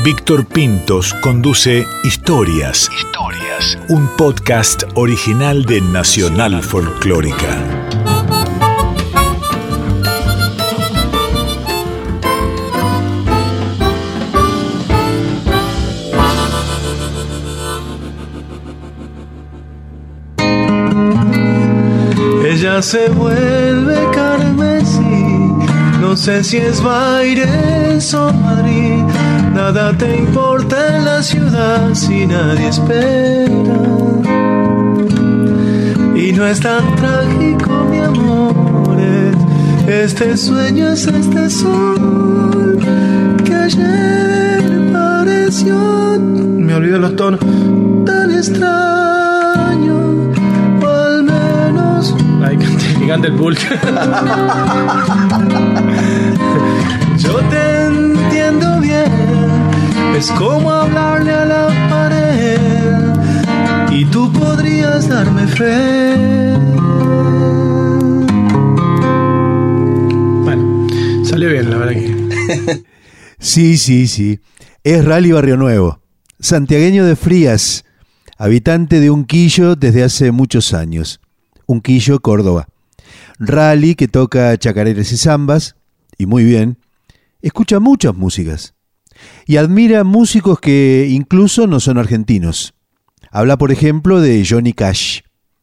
Víctor Pintos conduce Historias, un podcast original de Nacional Folclórica. Ella se vuelve carmesí, no sé si es Baires o Madrid. Nada te importa en la ciudad si nadie espera. Y no es tan trágico, mi amor, este sueño es este sol que ayer pareció, me olvidé los tonos, tan extraño, o al menos... Ay, que cante el pulque. Yo te entiendo bien, es como hablarle a la pared y tú podrías darme fe. Bueno, salió bien, la verdad que... Sí. Es Rally Barrio Nuevo, santiagueño de Frías, habitante de Unquillo desde hace muchos años. Unquillo, Córdoba. Rally, que toca chacareras y zambas, y muy bien, escucha muchas músicas. Y admira músicos que incluso no son argentinos. Habla, por ejemplo, de Johnny Cash.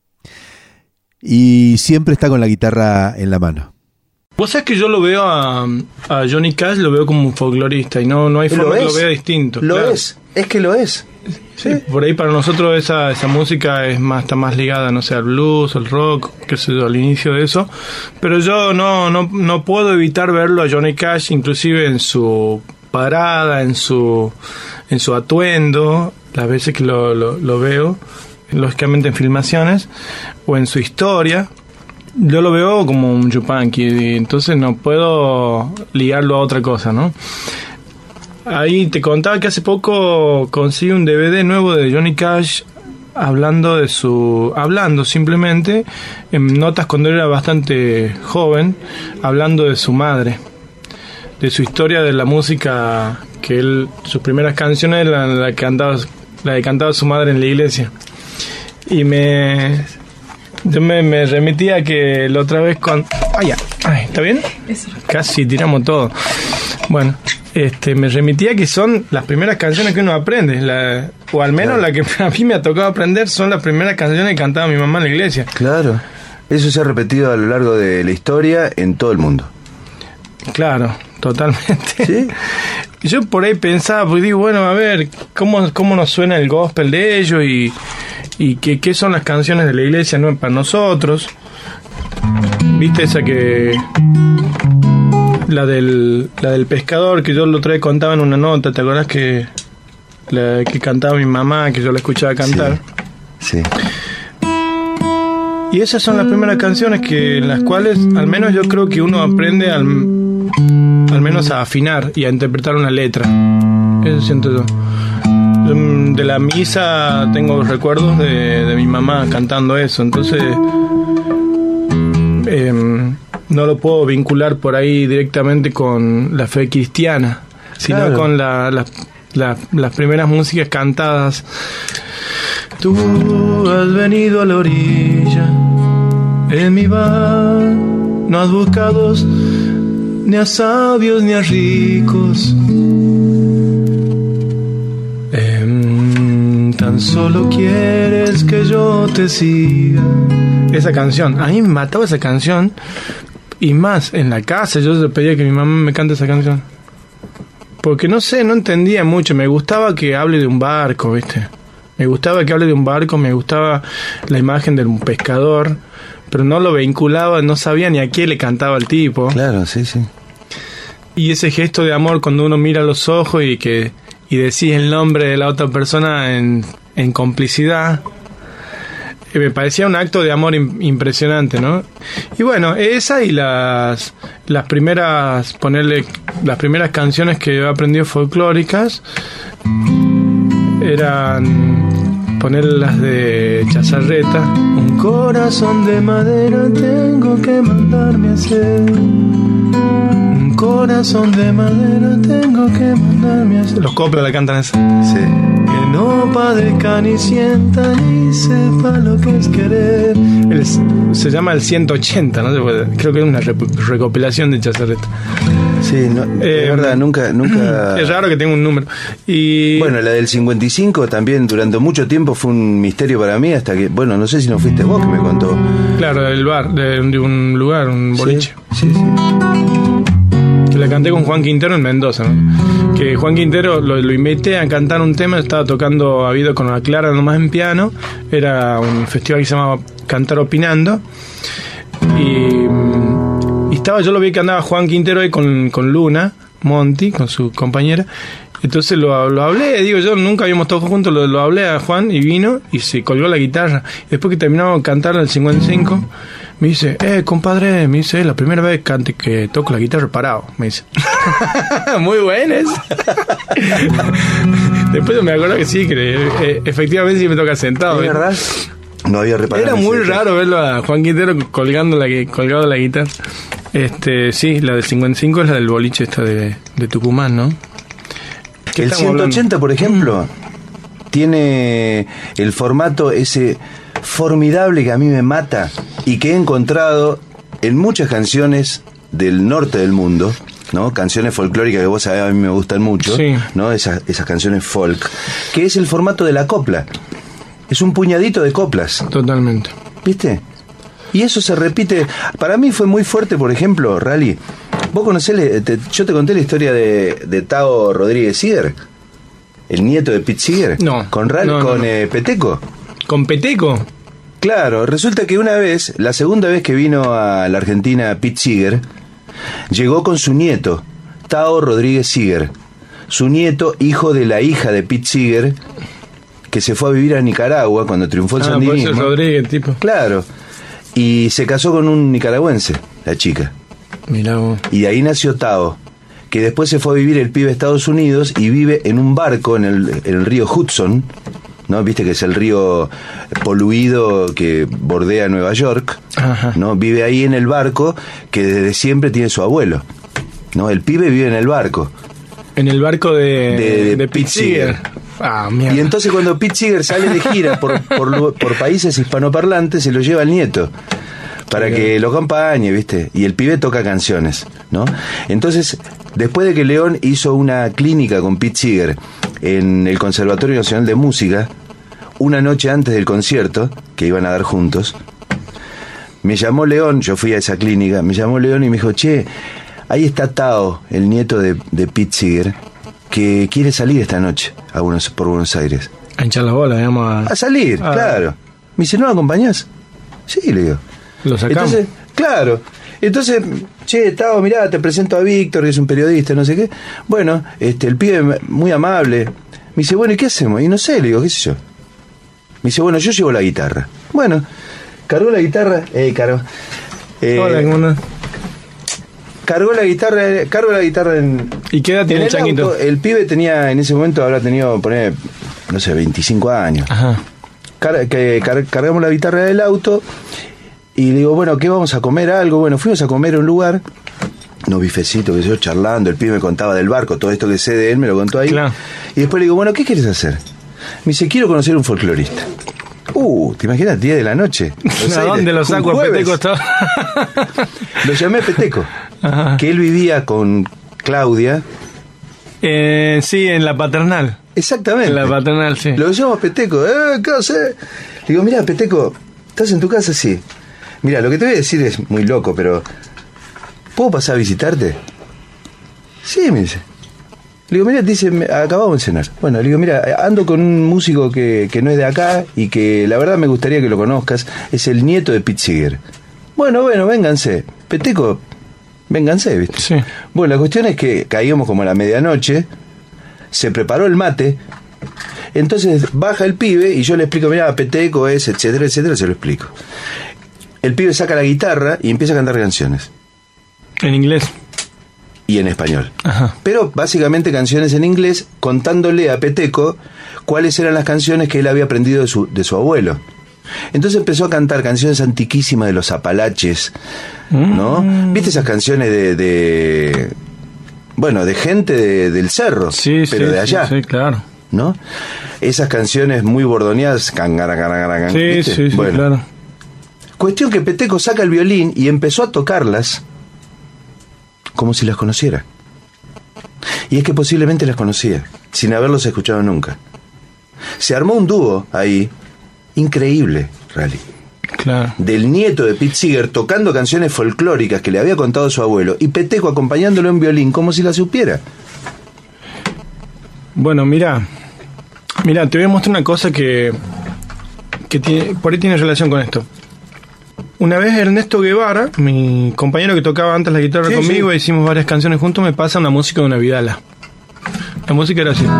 Y siempre está con la guitarra en la mano. Vos sabés que yo lo veo a Johnny Cash, lo veo como un folclorista y no hay forma que lo vea distinto. Es que lo es. Sí, por ahí para nosotros esa música está más ligada, no sé, al blues, al rock, qué sé yo, al inicio de eso. Pero yo no puedo evitar verlo a Johnny Cash, inclusive en su parada, en su atuendo, las veces que lo veo, lógicamente en filmaciones, o en su historia. Yo lo veo como un yupanqui, y entonces no puedo ligarlo a otra cosa, ¿no? Ahí te contaba que hace poco conseguí un DVD nuevo de Johnny Cash hablando simplemente en notas cuando era bastante joven, hablando de su madre, de su historia de la música, que él, sus primeras canciones eran la que cantaba su madre en la iglesia. Y yo me remitía a que la otra vez ¿está bien? Casi tiramos todo. Bueno, me remitía que son las primeras canciones que uno aprende, o al menos la que a mí me ha tocado aprender son las primeras canciones que cantaba mi mamá en la iglesia. Claro, eso se ha repetido a lo largo de la historia en todo el mundo. Claro, totalmente. ¿Sí? Yo por ahí pensaba, pues digo, bueno, a ver, ¿cómo nos suena el gospel de ellos y qué son las canciones de la iglesia, no para nosotros? ¿Viste esa que... La del pescador, que yo lo otra vez contaba en una nota, ¿te acordás que cantaba mi mamá, que yo la escuchaba cantar? Sí. Y esas son las primeras canciones en las cuales, al menos yo creo que uno aprende al menos a afinar y a interpretar una letra. Eso siento yo. De la misa tengo recuerdos de mi mamá cantando eso, entonces... no lo puedo vincular por ahí directamente con la fe cristiana, sino claro, con las primeras músicas cantadas. Tú has venido a la orilla, en mi bar no has buscado ni a sabios ni a ricos, tan solo quieres que yo te siga. Esa canción, a mí me mataba esa canción. Y más, en la casa yo le pedía que mi mamá me cante esa canción. Porque no entendía mucho. Me gustaba que hable de un barco, ¿viste? Me gustaba que hable de un barco, me gustaba la imagen de un pescador, pero no lo vinculaba, no sabía ni a quién le cantaba el tipo. Claro, sí. Y ese gesto de amor cuando uno mira a los ojos y decís el nombre de la otra persona en complicidad... Me parecía un acto de amor impresionante, ¿no? Y bueno, esa y las primeras canciones que yo aprendí folclóricas eran ponerlas de Chazarreta. Un corazón de madera tengo que mandarme a hacer, un corazón de madera tengo que mandarme a hacer. Los coplas la cantan esa. Sí. Que no padezca ni sienta ni sepa lo que es querer. Se llama el 180, ¿no? Creo que es una recopilación de Chazarreta. Sí, no, de verdad, nunca... Es raro que tenga un número. Y Bueno, la del 55 también durante mucho tiempo fue un misterio para mí hasta que, bueno, no sé si no fuiste vos que me contó. claro, del bar, de un lugar, un boliche. Sí. Que la canté con Juan Quintero en Mendoza, ¿no? Que Juan Quintero lo invité a cantar un tema, estaba tocando Habido con la Clara nomás en piano, era un festival que se llamaba Cantar Opinando, y yo lo vi que andaba Juan Quintero ahí con Luna Monti, con su compañera. Entonces lo hablé, digo, yo nunca habíamos tocado juntos, lo hablé a Juan y vino y se colgó la guitarra. Después que terminamos de cantar en el 55, me dice, compadre, me dice, es la primera vez que toco la guitarra parado, me dice. Muy buena es. Después me acuerdo que sí, que efectivamente sí me toca sentado. ¿Es verdad? No había reparado. Era muy raro verlo a Juan Quintero colgado la guitarra. Sí, la del 55 es la del boliche esta de Tucumán, ¿no? El 180, por ejemplo, tiene el formato ese formidable que a mí me mata y que he encontrado en muchas canciones del norte del mundo, ¿no? Canciones folclóricas que vos sabés a mí me gustan mucho, sí. ¿no? Esas canciones folk, que es el formato de la copla. Es un puñadito de coplas. Totalmente. ¿Viste? Y eso se repite. Para mí fue muy fuerte, por ejemplo, Rally. ¿Vos conocés? Yo te conté la historia de Tao Rodríguez Seeger, el nieto de Pete Seeger. No. Con Peteco. ¿Con Peteco? Claro, resulta que una vez, la segunda vez que vino a la Argentina Pete Seeger, llegó con su nieto, Tao Rodríguez Seeger. Su nieto, hijo de la hija de Pete Seeger, que se fue a vivir a Nicaragua cuando triunfó el sandinismo. Pues Rodríguez, tipo. Claro. Y se casó con un nicaragüense, la chica. Mirá vos. Y de ahí nació Tao, que después se fue a vivir el pibe a Estados Unidos y vive en un barco en el río Hudson, ¿no? Viste que es el río poluido que bordea Nueva York. Ajá. ¿No? Vive ahí en el barco que desde siempre tiene su abuelo, ¿no? El pibe vive en el barco. En el barco de Pete Seeger. Ah, mierda. Y entonces cuando Pete Seeger sale de gira por países hispanoparlantes, se lo lleva al nieto para que lo acompañe, ¿viste? Y el pibe toca canciones, ¿no? Entonces, después de que León hizo una clínica con Pete Seeger en el Conservatorio Nacional de Música, una noche antes del concierto que iban a dar juntos, me llamó León, yo fui a esa clínica, me llamó León y me dijo, che, ahí está Tao, el nieto de Pete Seeger, que quiere salir esta noche por Buenos Aires. A hinchar las bolas, digamos. A salir, claro. Me dice, ¿no lo acompañás? Sí, le digo. Lo sacamos. Entonces, claro. Entonces, che, Tao, mirá, te presento a Víctor, que es un periodista, no sé qué. Bueno, el pibe muy amable. Me dice, bueno, ¿y qué hacemos? Y no sé, le digo, qué sé yo. Me dice, bueno, yo llevo la guitarra. Bueno, cargó la guitarra. Hola, ¿cómo cargo la guitarra en... ¿Y qué edad tiene el changuito? Auto. El pibe tenía, en ese momento habrá tenido, poner, no sé, 25 años. Ajá. Cargamos la guitarra del auto y le digo, bueno, ¿qué vamos a comer? Algo. Bueno, fuimos a comer a un lugar, unos bifecitos, que yo charlando, el pibe me contaba del barco, todo esto que sé de él, me lo contó ahí. Claro. Y después le digo, bueno, ¿qué quieres hacer? Me dice, quiero conocer un folclorista. ¿Te imaginas? 10 de la noche. ¿A dónde lo saco a Peteco? Lo llamé a Peteco. Ajá. Que él vivía con Claudia. Sí, en la Paternal. Exactamente. En la Paternal, sí. Lo llamo a Peteco. ¿Qué haces? Le digo, mira, Peteco, ¿estás en tu casa? Sí. Mira, lo que te voy a decir es muy loco, pero ¿puedo pasar a visitarte? Sí, me dice. Le digo, mira, dice, acabamos de cenar. Bueno, le digo, mira, ando con un músico que no es de acá y que la verdad me gustaría que lo conozcas. Es el nieto de Pete Seeger. Bueno, vénganse. Peteco, vénganse, ¿viste? Sí. Bueno, la cuestión es que caíamos como a la medianoche, se preparó el mate, entonces baja el pibe y yo le explico, mira, Peteco es, etcétera, etcétera, se lo explico. El pibe saca la guitarra y empieza a cantar canciones. En inglés. Y en español. Ajá. Pero básicamente canciones en inglés, contándole a Peteco cuáles eran las canciones que él había aprendido de su abuelo. Entonces empezó a cantar canciones antiquísimas de los Apalaches, ¿no? ¿Viste esas canciones de bueno, de gente del cerro, Sí, pero de allá, sí, claro. ¿no? Esas canciones muy bordoneadas, Sí, bueno, claro. Cuestión que Peteco saca el violín y empezó a tocarlas como si las conociera. Y es que posiblemente las conocía, sin haberlos escuchado nunca. Se armó un dúo ahí, increíble, Rally. Claro. Del nieto de Pete Seeger tocando canciones folclóricas que le había contado su abuelo y Peteco acompañándolo en violín como si la supiera. Bueno, mira, te voy a mostrar una cosa que tiene, por ahí tiene relación con esto. Una vez Ernesto Guevara, mi compañero que tocaba antes la guitarra conmigo, hicimos varias canciones juntos, me pasa una música de una Vidala. La música era así.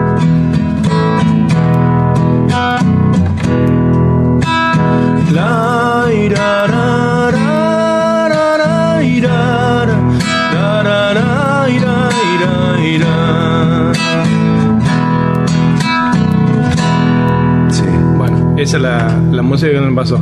Sí. Bueno, esa es la música que me pasó.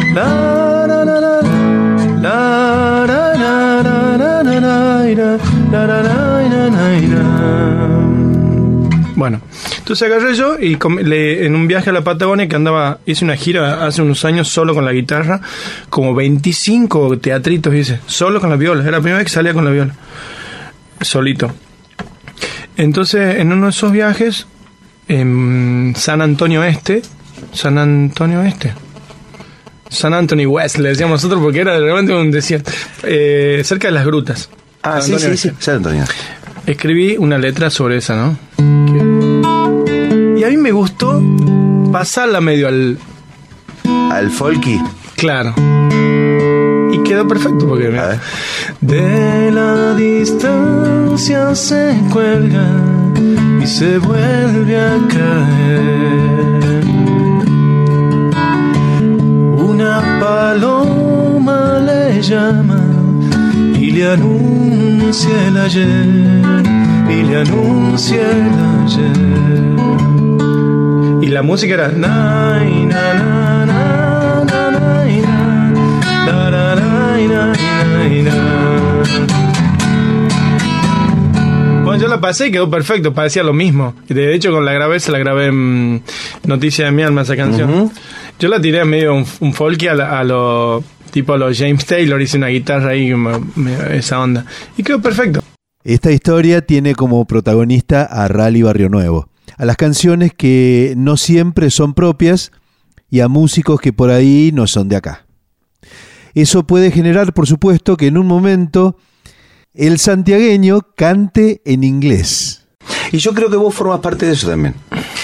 Bueno, entonces agarré yo y en un viaje a la Patagonia que hice una gira hace unos años solo con la guitarra, como 25 teatritos hice, solo con la viola, era la primera vez que salía con la viola, solito. Entonces en uno de esos viajes, en San Antonio West, le decíamos nosotros porque era realmente un desierto, cerca de las grutas. Ah, San Antonio sí, San Antonio. Escribí una letra sobre esa, ¿no? Y a mí me gustó pasarla medio al folky. Claro. Y quedó perfecto porque mira, De la distancia se cuelga y se vuelve a caer. Una paloma le llama y le anuncia el ayer, y le anuncia el ayer. y la música era Nai, na, na, na, na, nai, na, na, na, nai, nai, na. Bueno, yo la pasé y quedó perfecto, parecía lo mismo. De hecho, con la grabé, se la grabé en Noticia de mi alma, esa canción. Uh-huh. Yo la tiré medio un folky a lo tipo a los James Taylor, hice una guitarra ahí, esa onda. Y quedó perfecto. Esta historia tiene como protagonista a Rally Barrio Nuevo, a las canciones que no siempre son propias y a músicos que por ahí no son de acá. Eso puede generar, por supuesto, que en un momento el santiagueño cante en inglés. Y yo creo que vos formas parte de eso también.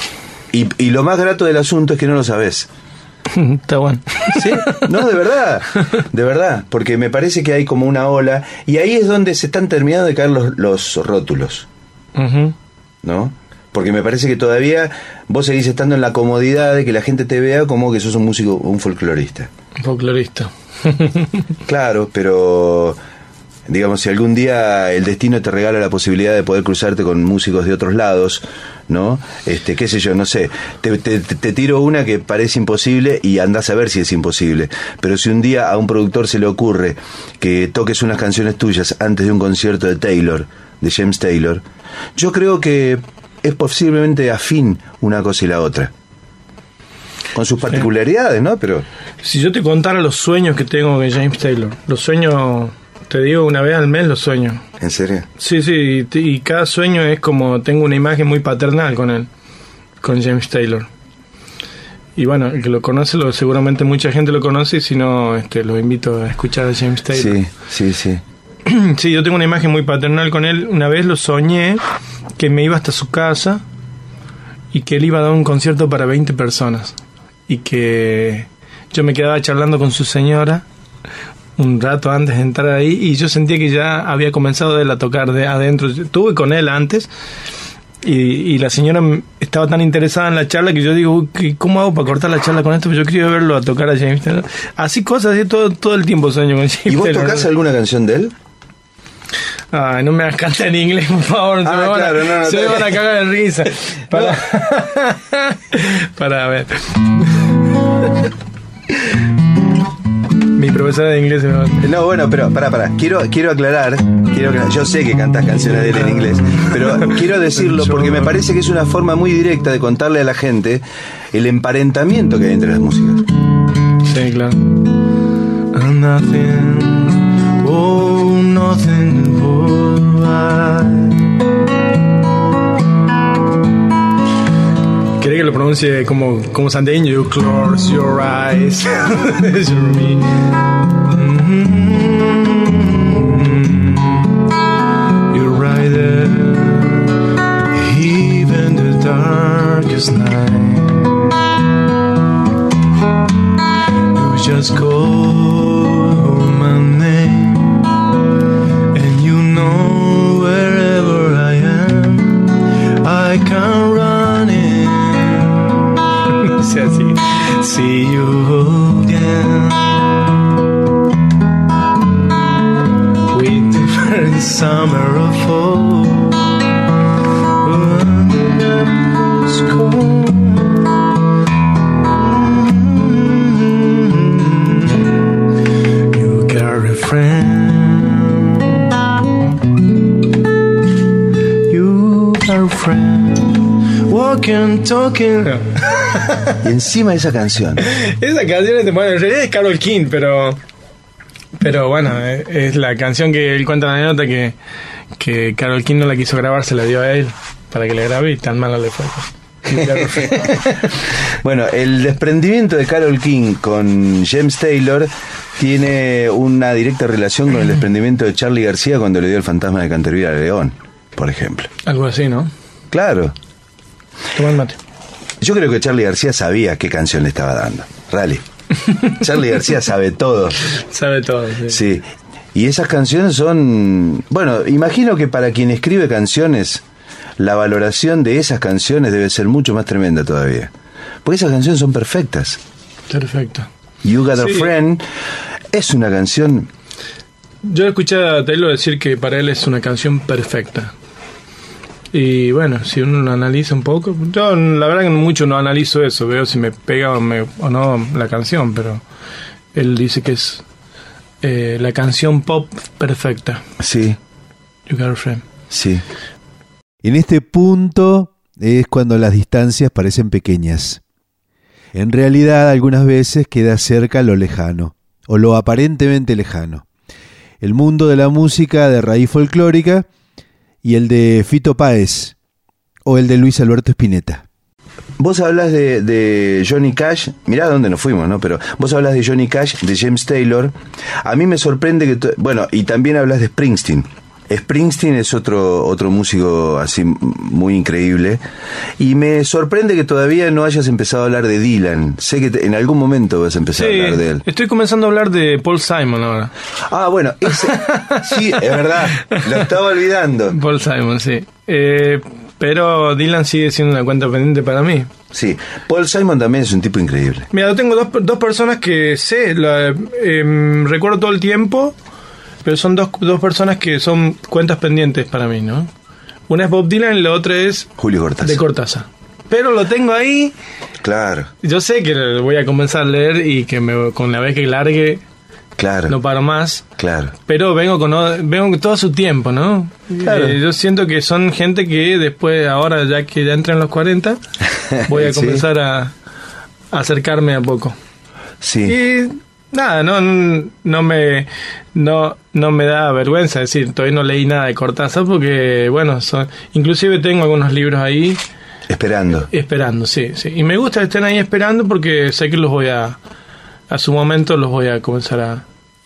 Y lo más grato del asunto es que no lo sabés. Está bueno. ¿Sí? No, de verdad, porque me parece que hay como una ola, y ahí es donde se están terminando de caer los rótulos, Uh-huh. ¿no? Porque me parece que todavía vos seguís estando en la comodidad de que la gente te vea como que sos un músico, un folclorista. Folclorista. Claro, pero digamos, si algún día el destino te regala la posibilidad de poder cruzarte con músicos de otros lados, ¿no? Qué sé yo, no sé, te tiro una que parece imposible y andás a ver si es imposible, pero si un día a un productor se le ocurre que toques unas canciones tuyas antes de un concierto de Taylor, de James Taylor, yo creo que es posiblemente afín una cosa y la otra, con sus particularidades, ¿no? Pero si yo te contara los sueños que tengo con James Taylor, los sueños, te digo, una vez al mes los sueño. ¿En serio? Sí, y cada sueño es como, tengo una imagen muy paternal con él, con James Taylor. Y bueno, el que lo conoce, seguramente mucha gente lo conoce, y si no, lo invito a escuchar a James Taylor. Sí. Sí, yo tengo una imagen muy paternal con él. Una vez lo soñé, que me iba hasta su casa y que él iba a dar un concierto para 20 personas. Y que yo me quedaba charlando con su señora un rato antes de entrar ahí, y yo sentía que ya había comenzado él a tocar de adentro. Estuve con él antes y la señora estaba tan interesada en la charla que yo digo, ¿cómo hago para cortar la charla con esto? Yo quería verlo a tocar a James Taylor. Así cosas, así todo el tiempo sueño con James Taylor. ¿Y vos tocás alguna canción de él? Ay, no me hagas cantar en inglés, por favor. Se me van a cagar de risa. Para ver. Mi profesora de inglés No, bueno, pero pará. Quiero aclarar. Yo sé que cantás canciones de él en inglés, pero quiero decirlo porque me parece que es una forma muy directa de contarle a la gente el emparentamiento que hay entre las músicas. Sí, claro. I'm nothing, oh, nothing for ¿Querés que lo pronuncie como santiagueño? You close your eyes. You're me. You're right there, even the darkest night. You just call my name, and you know wherever I am, I can run in. Así. See you again with different summer or fall. It's cold. You got a friend. You got a friend. Walking, talking. Y encima esa canción. Esa canción en realidad es Carole King, pero bueno, es la canción que él cuenta en la nota que Carole King no la quiso grabar, se la dio a él para que le grabe y tan malo le fue. Bueno, el desprendimiento de Carole King con James Taylor tiene una directa relación con el desprendimiento de Charly García cuando le dio El fantasma de Canterville a León, por ejemplo. Algo así, ¿no? Claro. Toma el mate. Yo creo que Charly García sabía qué canción le estaba dando. Rally. Charly García sabe todo. Sabe todo, sí. Sí. Y esas canciones son... Bueno, imagino que para quien escribe canciones, la valoración de esas canciones debe ser mucho más tremenda todavía. Porque esas canciones son perfectas. Perfecto. You Got a Friend es una canción... Yo escuché a Taylor decir que para él es una canción perfecta. Y bueno, si uno lo analiza un poco, yo la verdad que mucho no analizo eso, veo si me pega o no la canción, pero él dice que es la canción pop perfecta. Sí. You Got a Friend. Sí. En este punto es cuando las distancias parecen pequeñas. En realidad, algunas veces queda cerca lo lejano, o lo aparentemente lejano. El mundo de la música de raíz folclórica y el de Fito Páez o el de Luis Alberto Spinetta. Vos hablas de Johnny Cash, mirá dónde nos fuimos, ¿no? Pero vos hablas de Johnny Cash, de James Taylor. A mí me sorprende que... Bueno, y también hablas de Springsteen. Springsteen es otro músico así muy increíble. Y me sorprende que todavía no hayas empezado a hablar de Dylan. Sé que en algún momento vas a empezar a hablar de él. Estoy comenzando a hablar de Paul Simon ahora. Ah, bueno, sí, es verdad. Lo estaba olvidando. Paul Simon, sí. Pero Dylan sigue siendo una cuenta pendiente para mí. Sí, Paul Simon también es un tipo increíble. Mira, yo tengo dos personas que sé, recuerdo todo el tiempo, pero son dos personas que son cuentas pendientes para mí, ¿no? Una es Bob Dylan y la otra es Julio Cortázar. De Cortázar. Pero lo tengo ahí. Claro. Yo sé que lo voy a comenzar a leer y que con la vez que largue, claro, no paro más. Claro. Pero vengo con todo su tiempo, ¿no? Claro. Yo siento que son gente que después, ahora ya que ya entran los 40, voy a comenzar a acercarme a poco. Sí. Y nada, no me da vergüenza decir, todavía no leí nada de Cortázar porque, bueno, inclusive tengo algunos libros ahí. Esperando, sí. Y me gusta que estén ahí esperando porque sé que los voy a su momento los voy a comenzar a...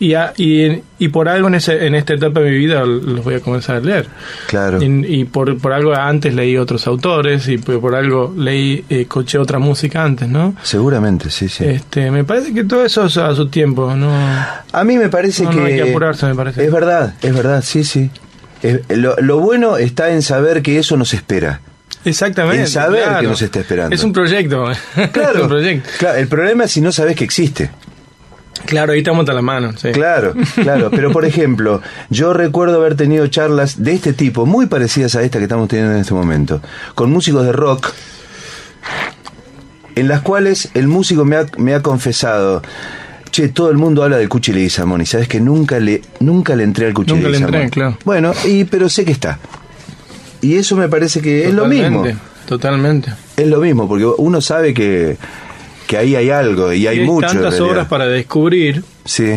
Y por algo en esta etapa de mi vida los voy a comenzar a leer. Claro. Y por algo antes leí otros autores y por algo escuché otra música antes, ¿no? Seguramente, sí. Me parece que todo eso a su tiempo, ¿no? A mí me parece que... No hay que apurarse, me parece. Es verdad, sí. Lo bueno está en saber que eso nos espera. Exactamente. En saber que nos está esperando. Es un proyecto. Claro. Es un proyecto. Claro, el problema es si no sabes que existe. Claro, ahí estamos a la mano. Sí. Claro. Pero por ejemplo, yo recuerdo haber tenido charlas de este tipo, muy parecidas a esta que estamos teniendo en este momento, con músicos de rock, en las cuales el músico me ha confesado: Che, todo el mundo habla del Cuchi Leguizamón y sabes que nunca le entré al Cuchi Nunca le Leguizamón. entré, claro. Bueno, pero sé que está. Y eso me parece que Totalmente, es lo mismo. Totalmente. Es lo mismo, porque uno sabe que ahí hay algo y hay mucho. Tantas obras para descubrir. Sí.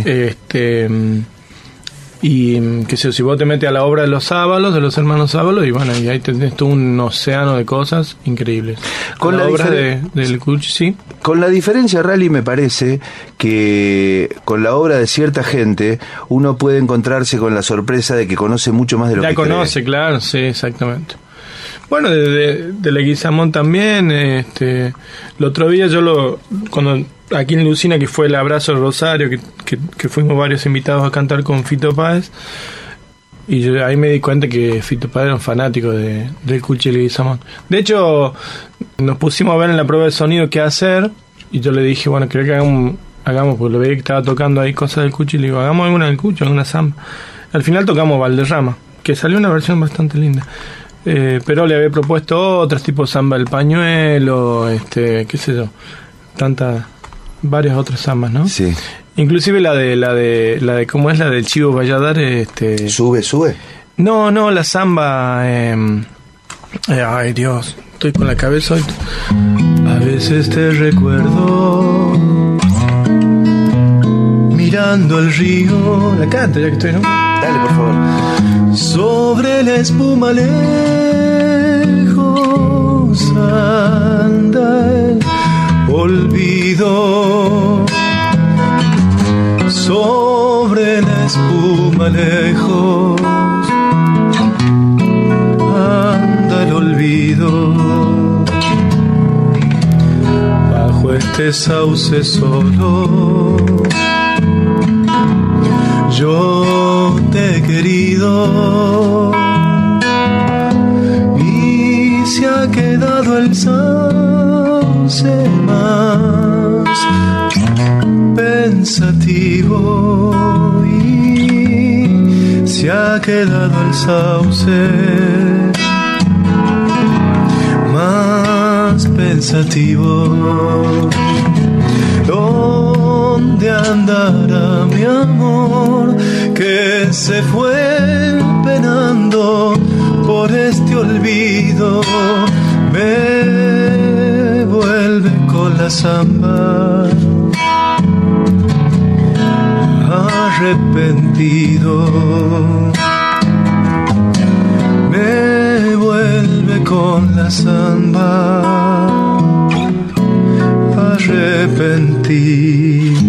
Y que si vos te metes a la obra de los Ábalos, de los hermanos Ábalos, y bueno, y ahí tenés todo un océano de cosas increíbles. Con la obra del Cuchi, sí. Con la diferencia, Rally, me parece que con la obra de cierta gente uno puede encontrarse con la sorpresa de que conoce mucho más de lo que conoce, cree. claro, sí, exactamente. Bueno, de Leguizamón también, el otro día cuando aquí en Lucina, que fue el Abrazo del Rosario, que fuimos varios invitados a cantar con Fito Páez, y yo ahí me di cuenta que Fito Páez era un fanático del Cuchi Leguizamón. De hecho, nos pusimos a ver en la prueba de sonido qué hacer, y yo le dije, bueno, creo que hagamos, porque lo veía que estaba tocando ahí cosas del Cuchi, y le digo, hagamos alguna del Cuchi, alguna samba. Al final tocamos Valderrama, que salió una versión bastante linda. Pero le había propuesto otros tipos, samba del pañuelo, qué sé yo, varias otras zambas, ¿no? Sí. Inclusive la de ¿cómo es la del Chivo Valladares? Sube. No, la samba, ay Dios, estoy con la cabeza hoy. A veces te recuerdo mirando el río. La canto ya que estoy, ¿no? Dale, por favor. Sobre la espuma lejos anda el olvido. Sobre la espuma lejos anda el olvido. Bajo este sauce solo yo te he querido y se ha quedado el sauce más pensativo y se ha quedado el sauce más pensativo. ¿Dónde andará mi amor que se fue penando por este olvido? Me vuelve con la samba arrepentido. Me vuelve con la samba arrepentido.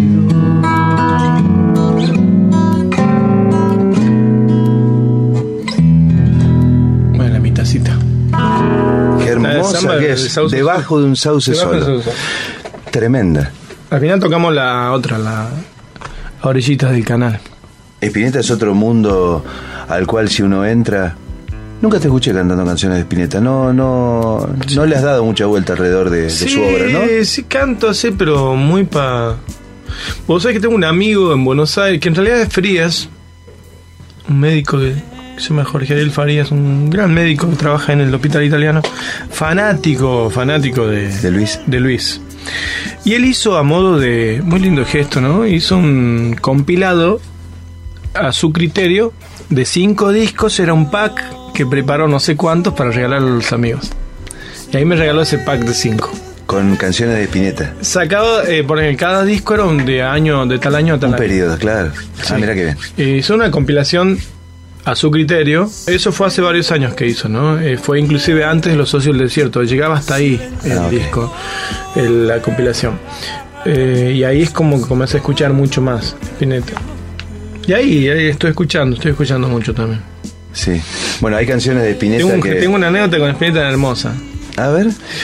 Bueno, la mitacita. Qué hermosa que es. Debajo de un sauce solo. Tremenda. Al final tocamos la otra, la orillitas del canal. Spinetta es otro mundo al cual si uno entra... Nunca te escuché cantando canciones de Spinetta. No le has dado mucha vuelta alrededor de su obra, ¿no? Sí, canto, sí, pero muy Vos sabés que tengo un amigo en Buenos Aires, que en realidad es Frías, un médico que se llama Jorge Ariel Farías, un gran médico que trabaja en el hospital italiano, fanático de Luis. Y él hizo a modo de, muy lindo gesto, ¿no? Hizo un compilado a su criterio de 5 discos, era un pack que preparó no sé cuántos para regalar a los amigos. Y ahí me regaló ese pack de 5. Con canciones de Spinetta. Sacado, porque cada disco era de tal año a tal año. Un periodo, claro. Sí. Ah, mira qué bien. Hizo una compilación a su criterio. Eso fue hace varios años que hizo, ¿no? Fue inclusive antes de Los Socios del Desierto. Llegaba hasta ahí el disco, la compilación. Y ahí es como que comencé a escuchar mucho más Spinetta. Y ahí estoy escuchando mucho también. Sí. Bueno, hay canciones de Spinetta tengo una anécdota con Spinetta hermosa. A ver.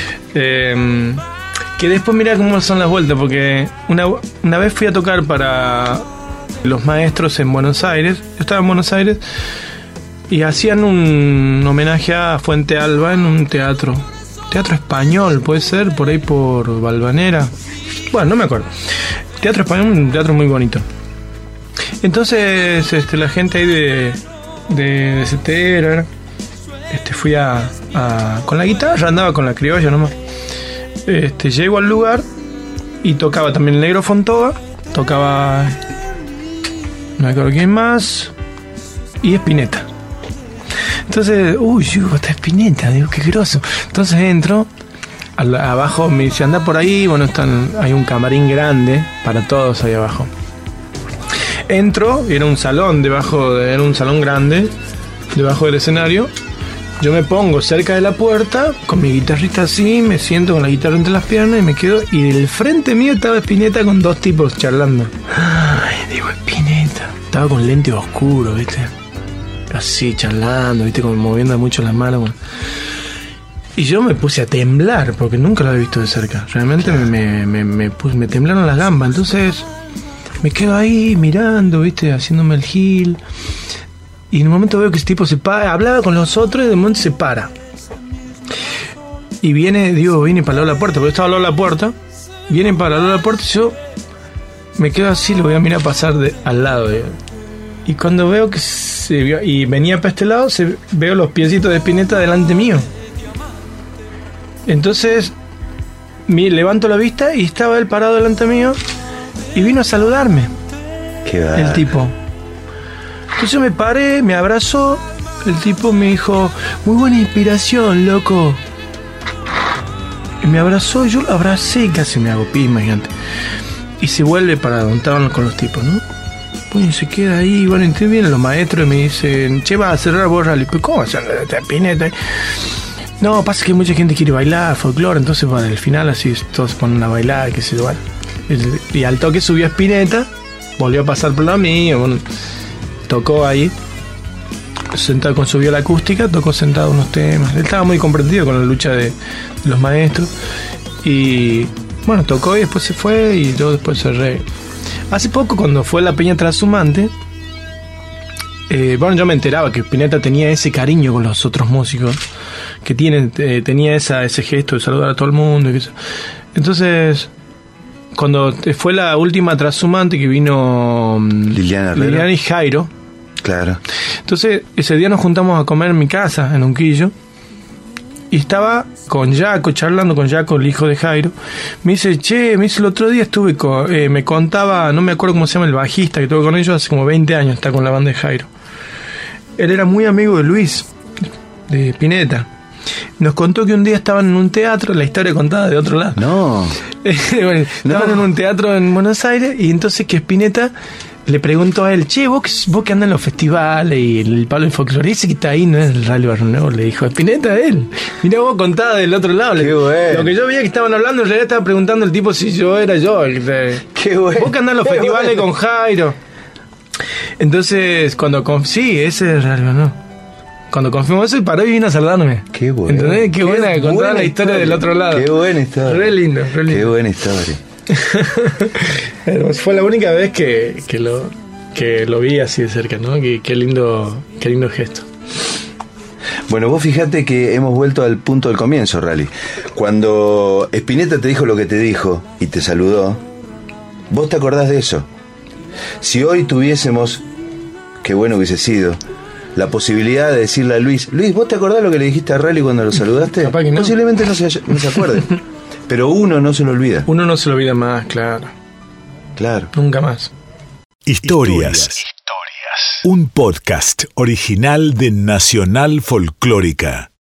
Que después mirá cómo son las vueltas, porque una vez fui a tocar para los maestros en Buenos Aires. Yo estaba en Buenos Aires y hacían un homenaje a Fuente Alba en un teatro español, puede ser, por ahí por Valvanera. Bueno, no me acuerdo. Teatro español, un teatro muy bonito. Entonces la gente ahí de CTR, fui con la guitarra, andaba con la criolla nomás. Llego al lugar y tocaba también el Negro Fontova, tocaba, no me acuerdo quién más, y Spinetta. Entonces, está Spinetta, digo, qué groso. Entonces entro, abajo me dice, anda por ahí, bueno, hay un camarín grande para todos ahí abajo. Entro, era un salón era un salón grande, debajo del escenario. Yo me pongo cerca de la puerta, con mi guitarrita así, me siento con la guitarra entre las piernas y me quedo. Y del frente mío estaba Spinetta con dos tipos charlando. Ay, digo, Spinetta. Estaba con lente oscuro, ¿viste? Así, charlando, ¿viste? Como moviendo mucho las manos. Bueno. Y yo me puse a temblar, porque nunca lo había visto de cerca. Realmente me temblaron las gambas. Entonces, me quedo ahí mirando, ¿viste? Haciéndome el gil. Y en un momento veo que ese tipo se para, hablaba con los otros y de momento se para. Y viene para al lado de la puerta, porque yo estaba al lado de la puerta. Viene para al lado de la puerta y yo me quedo así, lo voy a mirar pasar al lado de él. Y cuando veo que se vio, y venía para este lado, veo los piecitos de Spinetta delante mío. Entonces, levanto la vista y estaba él parado delante mío y vino a saludarme. Qué va. El tipo. Entonces me paré, me abrazó, el tipo me dijo, muy buena inspiración, loco. Y me abrazó, yo lo abracé y casi me hago pis, imagínate. Y se vuelve para donde estaban con los tipos, ¿no? Bueno, y se queda ahí, bueno, entonces vienen los maestros y me dicen, che, vas a cerrar vos, Rally. Pues, ¿cómo vas a cerrar esta Spinetta? No, pasa que mucha gente quiere bailar folclore, entonces para el final así todos se ponen a bailar, qué sé yo. Y al toque subió a Spinetta, volvió a pasar por la mía, bueno, tocó ahí, sentado con su viola acústica, tocó sentado unos temas. Él estaba muy comprendido con la lucha de los maestros. Y bueno, tocó y después se fue y yo después cerré. Hace poco, cuando fue la Peña Trashumante, yo me enteraba que Spinetta tenía ese cariño con los otros músicos, que tenía ese gesto de saludar a todo el mundo. Entonces, cuando fue la última Trashumante, que vino Liliana y Jairo. Claro. Entonces, ese día nos juntamos a comer en mi casa, en Unquillo. Y estaba con Jaco, charlando con Jaco, el hijo de Jairo. Me dice, el otro día estuve me contaba, no me acuerdo cómo se llama el bajista, que estuve con ellos hace como 20 años, está con la banda de Jairo. Él era muy amigo de Luis, de Spinetta. Nos contó que un día estaban en un teatro, la historia contada de otro lado. No. Bueno, estaban en un teatro en Buenos Aires y entonces que Spinetta le preguntó a él, che, vos que andas en los festivales y el palo del folclore, ese que está ahí no es el Rally Barrio Nuevo, le dijo Spinetta a él. Mirá, vos contada del otro lado. Qué bueno. Lo que yo veía que estaban hablando, en realidad estaba preguntando el tipo si yo era yo. Qué bueno. Vos que andás en los festivales con Jairo. Entonces, sí, ese es el Rally Barrio Nuevo. Cuando confirmó eso, y paró y vino a saludarme. Qué bueno. ¿Entendés? Qué buena que contaba la historia del otro lado. Qué buena historia. Re lindo. Qué buena historia. Fue la única vez que lo vi así de cerca, ¿no? Qué lindo gesto. Bueno, vos fijate que hemos vuelto al punto del comienzo, Rally. Cuando Spinetta te dijo lo que te dijo y te saludó, vos te acordás de eso. Si hoy tuviésemos, qué bueno hubiese sido, la posibilidad de decirle a Luis, ¿vos te acordás lo que le dijiste a Rally cuando lo saludaste? Capaz que no. Posiblemente no se acuerde. Pero uno no se lo olvida. Uno no se lo olvida más, claro. Claro. Nunca más. Historias. Un podcast original de Nacional Folclórica.